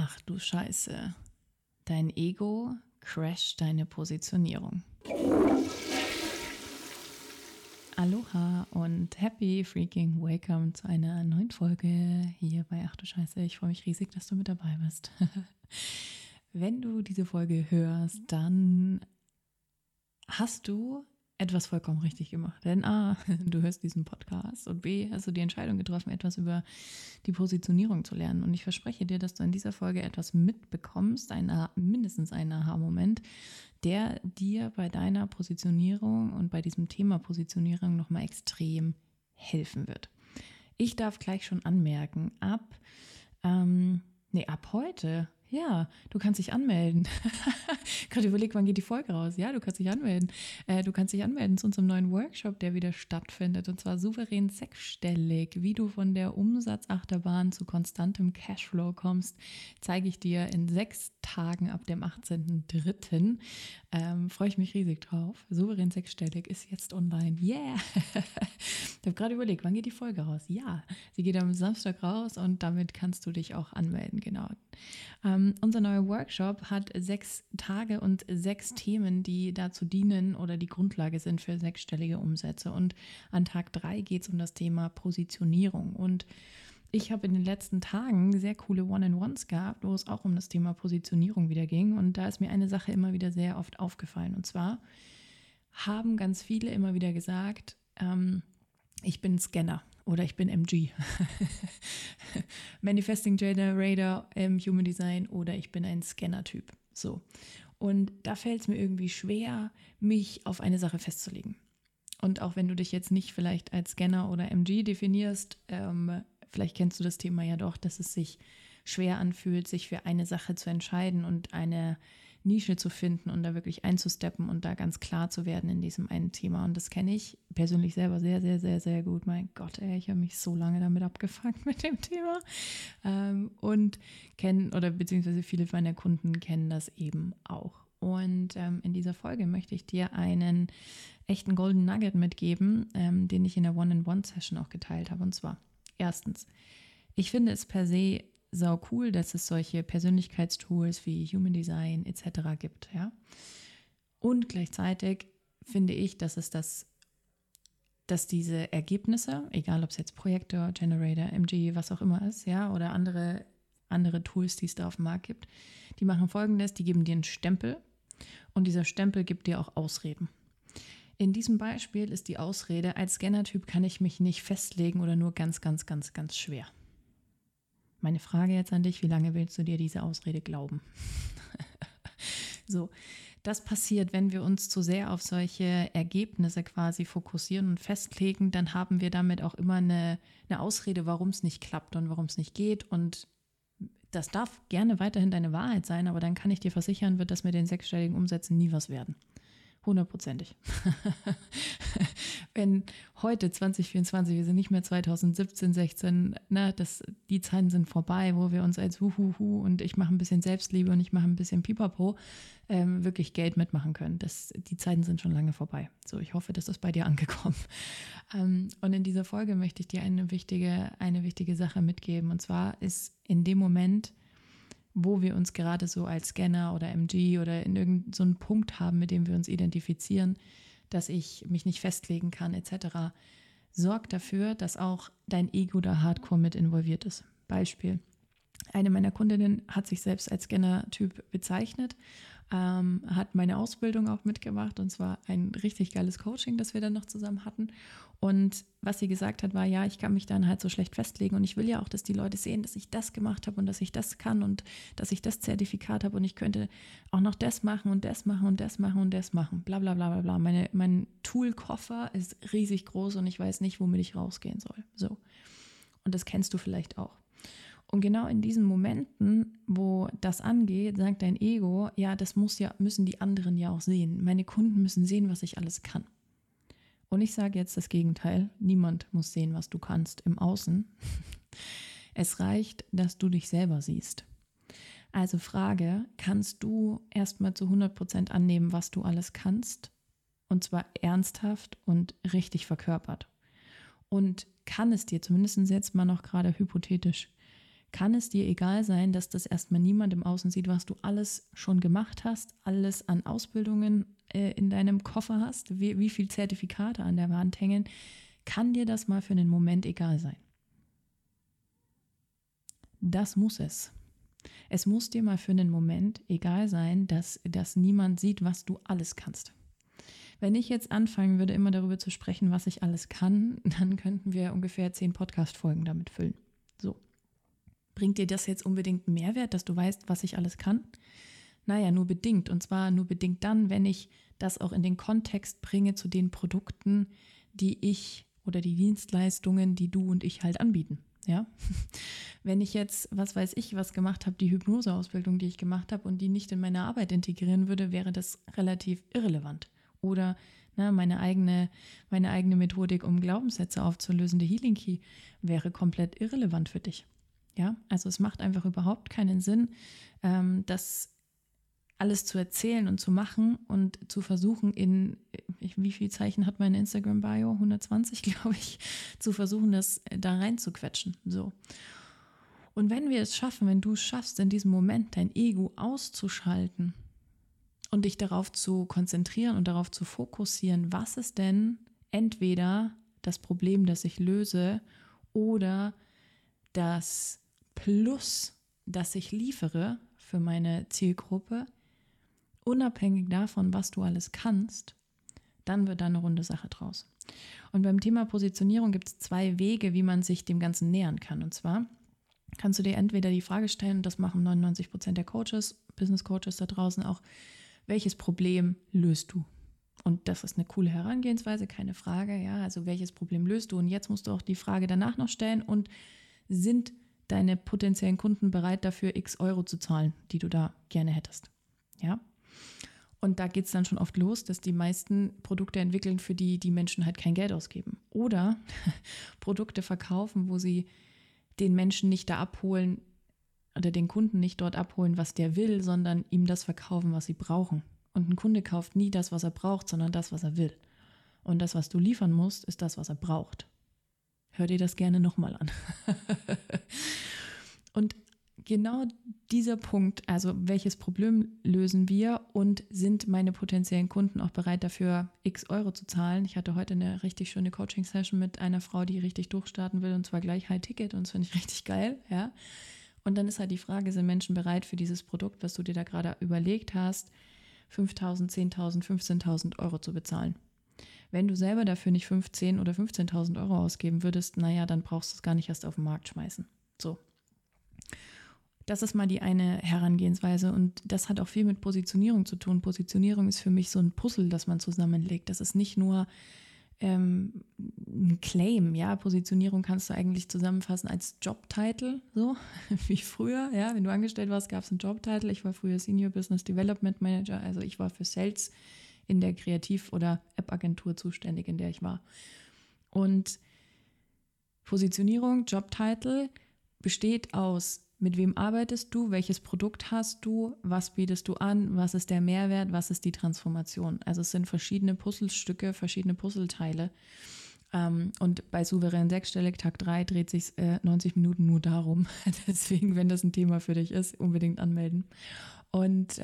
Ach du Scheiße, dein Ego crasht deine Positionierung. Aloha und happy freaking welcome zu einer neuen Folge hier bei Ach du Scheiße. Ich freue mich riesig, dass du mit dabei bist. Wenn du diese Folge hörst, dann hast du etwas vollkommen richtig gemacht. Denn A, du hörst diesen Podcast und B, hast du die Entscheidung getroffen, etwas über die Positionierung zu lernen. Und ich verspreche dir, dass du in dieser Folge etwas mitbekommst, mindestens einen Aha-Moment, der dir bei deiner Positionierung und bei diesem Thema Positionierung nochmal extrem helfen wird. Ich darf gleich schon anmerken, ab heute, ja, du kannst dich anmelden. Gerade überlegt, wann geht die Folge raus? Ja, du kannst dich anmelden. Du kannst dich anmelden zu unserem neuen Workshop, der wieder stattfindet. Und zwar souverän sechsstellig. Wie du von der Umsatzachterbahn zu konstantem Cashflow kommst, zeige ich dir in 6 Tagen ab dem 18.03. Freue ich mich riesig drauf. Souverän sechsstellig ist jetzt online. Yeah! Ich habe gerade überlegt, wann geht die Folge raus? Ja, sie geht am Samstag raus und damit kannst du dich auch anmelden, genau. Unser neuer Workshop hat 6 Tage und 6 Themen, die dazu dienen oder die Grundlage sind für sechsstellige Umsätze. Und an Tag 3 geht es um das Thema Positionierung. Und ich habe in den letzten Tagen sehr coole One-on-Ones gehabt, wo es auch um das Thema Positionierung wieder ging. Und da ist mir eine Sache immer wieder sehr oft aufgefallen. Und zwar haben ganz viele immer wieder gesagt, ich bin Scanner oder ich bin MG, Manifesting Generator im Human Design oder ich bin ein Scanner-Typ. So. Und da fällt es mir irgendwie schwer, mich auf eine Sache festzulegen. Und auch wenn du dich jetzt nicht vielleicht als Scanner oder MG definierst, vielleicht kennst du das Thema ja doch, dass es sich schwer anfühlt, sich für eine Sache zu entscheiden und eine Nische zu finden und da wirklich einzusteppen und da ganz klar zu werden in diesem einen Thema. Und das kenne ich persönlich selber sehr, sehr, sehr, sehr gut. Mein Gott, ich habe mich so lange damit abgefangen mit dem Thema. Und beziehungsweise viele meiner Kunden kennen das eben auch. Und in dieser Folge möchte ich dir einen echten Golden Nugget mitgeben, den ich in der One-on-One-Session auch geteilt habe. Und zwar, erstens, ich finde es per se sau cool, dass es solche Persönlichkeitstools wie Human Design etc. gibt, ja. Und gleichzeitig finde ich, dass diese Ergebnisse, egal ob es jetzt Projektor, Generator, MG, was auch immer ist, ja, oder andere Tools, die es da auf dem Markt gibt, die machen Folgendes: Die geben dir einen Stempel und dieser Stempel gibt dir auch Ausreden. In diesem Beispiel ist die Ausrede, als Scanner-Typ kann ich mich nicht festlegen oder nur ganz, ganz, ganz, ganz schwer. Meine Frage jetzt an dich: Wie lange willst du dir diese Ausrede glauben? So, das passiert, wenn wir uns zu sehr auf solche Ergebnisse quasi fokussieren und festlegen, dann haben wir damit auch immer eine Ausrede, warum es nicht klappt und warum es nicht geht. Und das darf gerne weiterhin deine Wahrheit sein, aber dann kann ich dir versichern, wird das mit den sechsstelligen Umsätzen nie was werden. 100%. Wenn heute 2024, wir sind nicht mehr 2017, 16, die Zeiten sind vorbei, wo wir uns als Huhuhu und ich mache ein bisschen Selbstliebe und ich mache ein bisschen Pipapo wirklich Geld mitmachen können. Die Zeiten sind schon lange vorbei. So, ich hoffe, das ist bei dir angekommen. Und in dieser Folge möchte ich dir eine wichtige Sache mitgeben. Und zwar ist in dem Moment, wo wir uns gerade so als Scanner oder MG oder in irgendeinen so einen Punkt haben, mit dem wir uns identifizieren, dass ich mich nicht festlegen kann etc., sorgt dafür, dass auch dein Ego da hardcore mit involviert ist. Beispiel: Eine meiner Kundinnen hat sich selbst als Scanner-Typ bezeichnet, hat meine Ausbildung auch mitgemacht und zwar ein richtig geiles Coaching, das wir dann noch zusammen hatten. Und was sie gesagt hat, war, ja, ich kann mich dann halt so schlecht festlegen und ich will ja auch, dass die Leute sehen, dass ich das gemacht habe und dass ich das kann und dass ich das Zertifikat habe und ich könnte auch noch das machen und das machen und das machen und das machen, bla bla bla bla bla. Mein Toolkoffer ist riesig groß und ich weiß nicht, womit ich rausgehen soll. So. Und das kennst du vielleicht auch. Und genau in diesen Momenten, wo das angeht, sagt dein Ego, ja, müssen die anderen ja auch sehen. Meine Kunden müssen sehen, was ich alles kann. Und ich sage jetzt das Gegenteil: Niemand muss sehen, was du kannst im Außen. Es reicht, dass du dich selber siehst. Also Frage: Kannst du erstmal zu 100% annehmen, was du alles kannst? Und zwar ernsthaft und richtig verkörpert. Und kann es dir, zumindest jetzt mal noch gerade hypothetisch, kann es dir egal sein, dass das erstmal niemand im Außen sieht, was du alles schon gemacht hast, alles an Ausbildungen in deinem Koffer hast, wie viele Zertifikate an der Wand hängen, kann dir das mal für einen Moment egal sein. Das muss es. Es muss dir mal für einen Moment egal sein, dass niemand sieht, was du alles kannst. Wenn ich jetzt anfangen würde, immer darüber zu sprechen, was ich alles kann, dann könnten wir ungefähr 10 Podcast-Folgen damit füllen. So. Bringt dir das jetzt unbedingt einen Mehrwert, dass du weißt, was ich alles kann? Naja, nur bedingt. Und zwar nur bedingt dann, wenn ich das auch in den Kontext bringe zu den Produkten, die ich oder die Dienstleistungen, die du und ich halt anbieten. Ja? Wenn ich jetzt, was weiß ich, was gemacht habe, die Hypnoseausbildung, die ich gemacht habe und die nicht in meine Arbeit integrieren würde, wäre das relativ irrelevant. Oder meine eigene Methodik, um Glaubenssätze aufzulösen, der Healing Key, wäre komplett irrelevant für dich. Ja, also es macht einfach überhaupt keinen Sinn, das alles zu erzählen und zu machen und zu versuchen wie viele Zeichen hat meine Instagram-Bio? 120, glaube ich, zu versuchen, das da rein zu quetschen. So. Und wenn wir es schaffen, wenn du es schaffst, in diesem Moment dein Ego auszuschalten und dich darauf zu konzentrieren und darauf zu fokussieren, was ist denn entweder das Problem, das ich löse, oder das Plus, das ich liefere für meine Zielgruppe, unabhängig davon, was du alles kannst, dann wird da eine runde Sache draus. Und beim Thema Positionierung gibt es 2 Wege, wie man sich dem Ganzen nähern kann. Und zwar kannst du dir entweder die Frage stellen, und das machen 99% der Coaches, Business Coaches da draußen auch, welches Problem löst du? Und das ist eine coole Herangehensweise, keine Frage. Ja, also welches Problem löst du? Und jetzt musst du auch die Frage danach noch stellen, und sind deine potenziellen Kunden bereit dafür, x Euro zu zahlen, die du da gerne hättest? Ja. Und da geht es dann schon oft los, dass die meisten Produkte entwickeln, für die die Menschen halt kein Geld ausgeben. Oder Produkte verkaufen, wo sie den Menschen nicht da abholen oder den Kunden nicht dort abholen, was der will, sondern ihm das verkaufen, was sie brauchen. Und ein Kunde kauft nie das, was er braucht, sondern das, was er will. Und das, was du liefern musst, ist das, was er braucht. Hör dir das gerne nochmal an. Und genau dieser Punkt, also welches Problem lösen wir und sind meine potenziellen Kunden auch bereit dafür, x Euro zu zahlen? Ich hatte heute eine richtig schöne Coaching-Session mit einer Frau, die richtig durchstarten will, und zwar gleich High-Ticket, und das finde ich richtig geil. Ja? Und dann ist halt die Frage, sind Menschen bereit für dieses Produkt, was du dir da gerade überlegt hast, 5.000, 10.000, 15.000 Euro zu bezahlen? Wenn du selber dafür nicht 15.000 oder 15.000 Euro ausgeben würdest, naja, dann brauchst du es gar nicht erst auf den Markt schmeißen. So. Das ist mal die eine Herangehensweise, und das hat auch viel mit Positionierung zu tun. Positionierung ist für mich so ein Puzzle, das man zusammenlegt. Das ist nicht nur ein Claim. Ja, Positionierung kannst du eigentlich zusammenfassen als Jobtitel, so wie früher. Ja, wenn du angestellt warst, gab es einen Jobtitel. Ich war früher Senior Business Development Manager, also ich war für Sales in der Kreativ- oder App-Agentur zuständig, in der ich war. Und Positionierung, Jobtitel besteht aus: Mit wem arbeitest du? Welches Produkt hast du? Was bietest du an? Was ist der Mehrwert? Was ist die Transformation? Also es sind verschiedene Puzzlestücke, verschiedene Puzzleteile. Und bei Souverän Sechsstellig, Tag 3, dreht sich 90 Minuten nur darum. Deswegen, wenn das ein Thema für dich ist, unbedingt anmelden. Und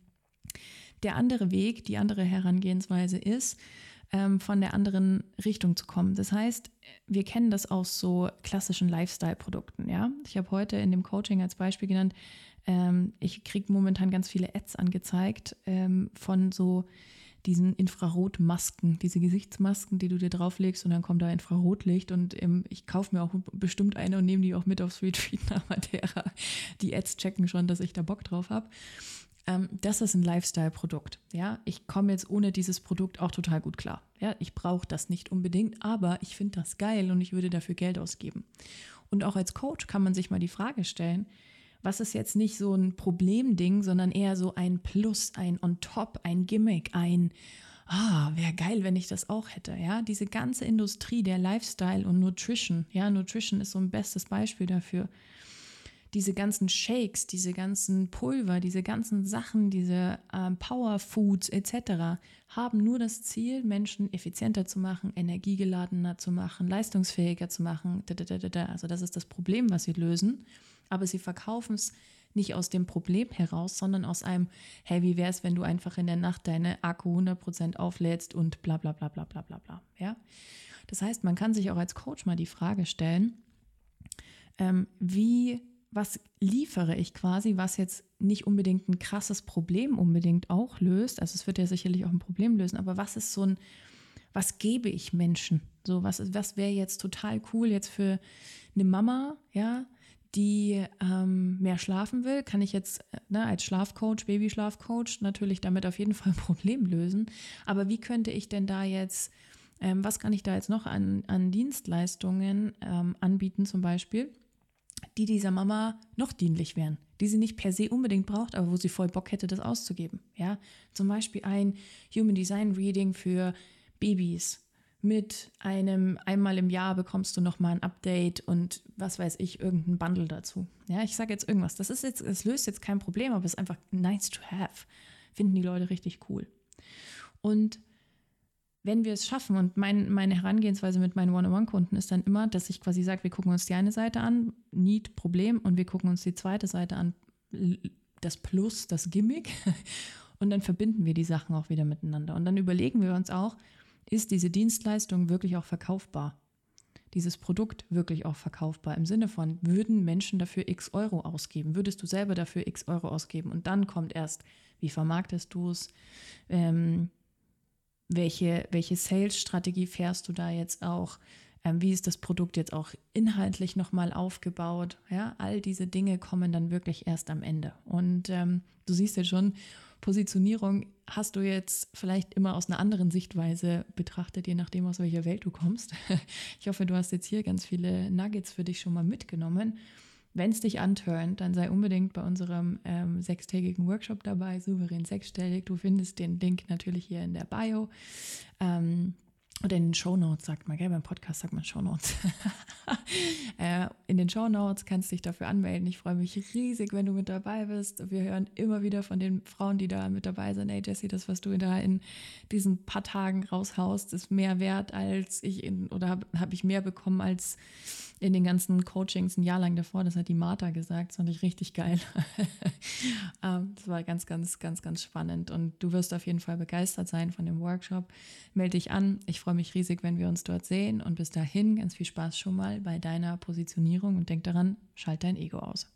der andere Weg, die andere Herangehensweise ist, von der anderen Richtung zu kommen. Das heißt, wir kennen das aus so klassischen Lifestyle-Produkten. Ja? Ich habe heute in dem Coaching als Beispiel genannt, ich kriege momentan ganz viele Ads angezeigt von so diesen Infrarotmasken, diese Gesichtsmasken, die du dir drauflegst, und dann kommt da Infrarotlicht, und ich kaufe mir auch bestimmt eine und nehme die auch mit aufs Retreat nach Madeira. Die Ads checken schon, dass ich da Bock drauf habe. Das ist ein Lifestyle-Produkt. Ja? Ich komme jetzt ohne dieses Produkt auch total gut klar. Ja? Ich brauche das nicht unbedingt, aber ich finde das geil und ich würde dafür Geld ausgeben. Und auch als Coach kann man sich mal die Frage stellen, was ist jetzt nicht so ein Problemding, sondern eher so ein Plus, ein on top, ein Gimmick, wäre geil, wenn ich das auch hätte. Ja? Diese ganze Industrie der Lifestyle und Nutrition, ja, Nutrition ist so ein bestes Beispiel dafür. Diese ganzen Shakes, diese ganzen Pulver, diese ganzen Sachen, diese Power Foods etc. haben nur das Ziel, Menschen effizienter zu machen, energiegeladener zu machen, leistungsfähiger zu machen. Also das ist das Problem, was sie lösen. Aber sie verkaufen es nicht aus dem Problem heraus, sondern aus einem, hey, wie wäre es, wenn du einfach in der Nacht deine Akku 100% auflädst und bla bla bla bla bla bla bla. Ja? Das heißt, man kann sich auch als Coach mal die Frage stellen, was liefere ich quasi, was jetzt nicht unbedingt ein krasses Problem unbedingt auch löst. Also es wird ja sicherlich auch ein Problem lösen, aber was gebe ich Menschen? So, was wäre jetzt total cool jetzt für eine Mama, ja, die mehr schlafen will, kann ich jetzt als Schlafcoach, Babyschlafcoach natürlich damit auf jeden Fall ein Problem lösen. Aber wie könnte ich denn da jetzt, was kann ich da jetzt noch an Dienstleistungen anbieten zum Beispiel, die dieser Mama noch dienlich wären, die sie nicht per se unbedingt braucht, aber wo sie voll Bock hätte, das auszugeben. Ja? Zum Beispiel ein Human Design Reading für Babys. Mit einmal im Jahr bekommst du nochmal ein Update und was weiß ich, irgendein Bundle dazu. Ja, ich sage jetzt irgendwas. Es löst jetzt kein Problem, aber es ist einfach nice to have. Finden die Leute richtig cool. Und wenn wir es schaffen, und meine Herangehensweise mit meinen One-on-One-Kunden ist dann immer, dass ich quasi sage, wir gucken uns die eine Seite an, Need, Problem, und wir gucken uns die zweite Seite an, das Plus, das Gimmick, und dann verbinden wir die Sachen auch wieder miteinander. Und dann überlegen wir uns auch, ist diese Dienstleistung wirklich auch verkaufbar? Dieses Produkt wirklich auch verkaufbar? Im Sinne von, würden Menschen dafür x Euro ausgeben? Würdest du selber dafür x Euro ausgeben? Und dann kommt erst, wie vermarktest du es? Welche Sales-Strategie fährst du da jetzt auch? Wie ist das Produkt jetzt auch inhaltlich nochmal aufgebaut? Ja, all diese Dinge kommen dann wirklich erst am Ende. Und du siehst jetzt schon, Positionierung hast du jetzt vielleicht immer aus einer anderen Sichtweise betrachtet, je nachdem, aus welcher Welt du kommst. Ich hoffe, du hast jetzt hier ganz viele Nuggets für dich schon mal mitgenommen. Wenn es dich antörnt, dann sei unbedingt bei unserem 6-tägigen Workshop dabei, souverän sechsstellig. Du findest den Link natürlich hier in der Bio oder in den Shownotes, sagt man, gell? Beim Podcast sagt man Shownotes. In den Shownotes kannst du dich dafür anmelden. Ich freue mich riesig, wenn du mit dabei bist. Wir hören immer wieder von den Frauen, die da mit dabei sind. Hey Jessie, das, was du da in diesen paar Tagen raushaust, ist mehr wert als habe ich mehr bekommen als in den ganzen Coachings ein Jahr lang davor. Das hat die Martha gesagt. Das fand ich richtig geil. Das war ganz, ganz, ganz, ganz spannend. Und du wirst auf jeden Fall begeistert sein von dem Workshop. Melde dich an. Ich freue mich riesig, wenn wir uns dort sehen. Und bis dahin ganz viel Spaß schon mal bei deiner Positionierung. Und denk daran, schalt dein Ego aus.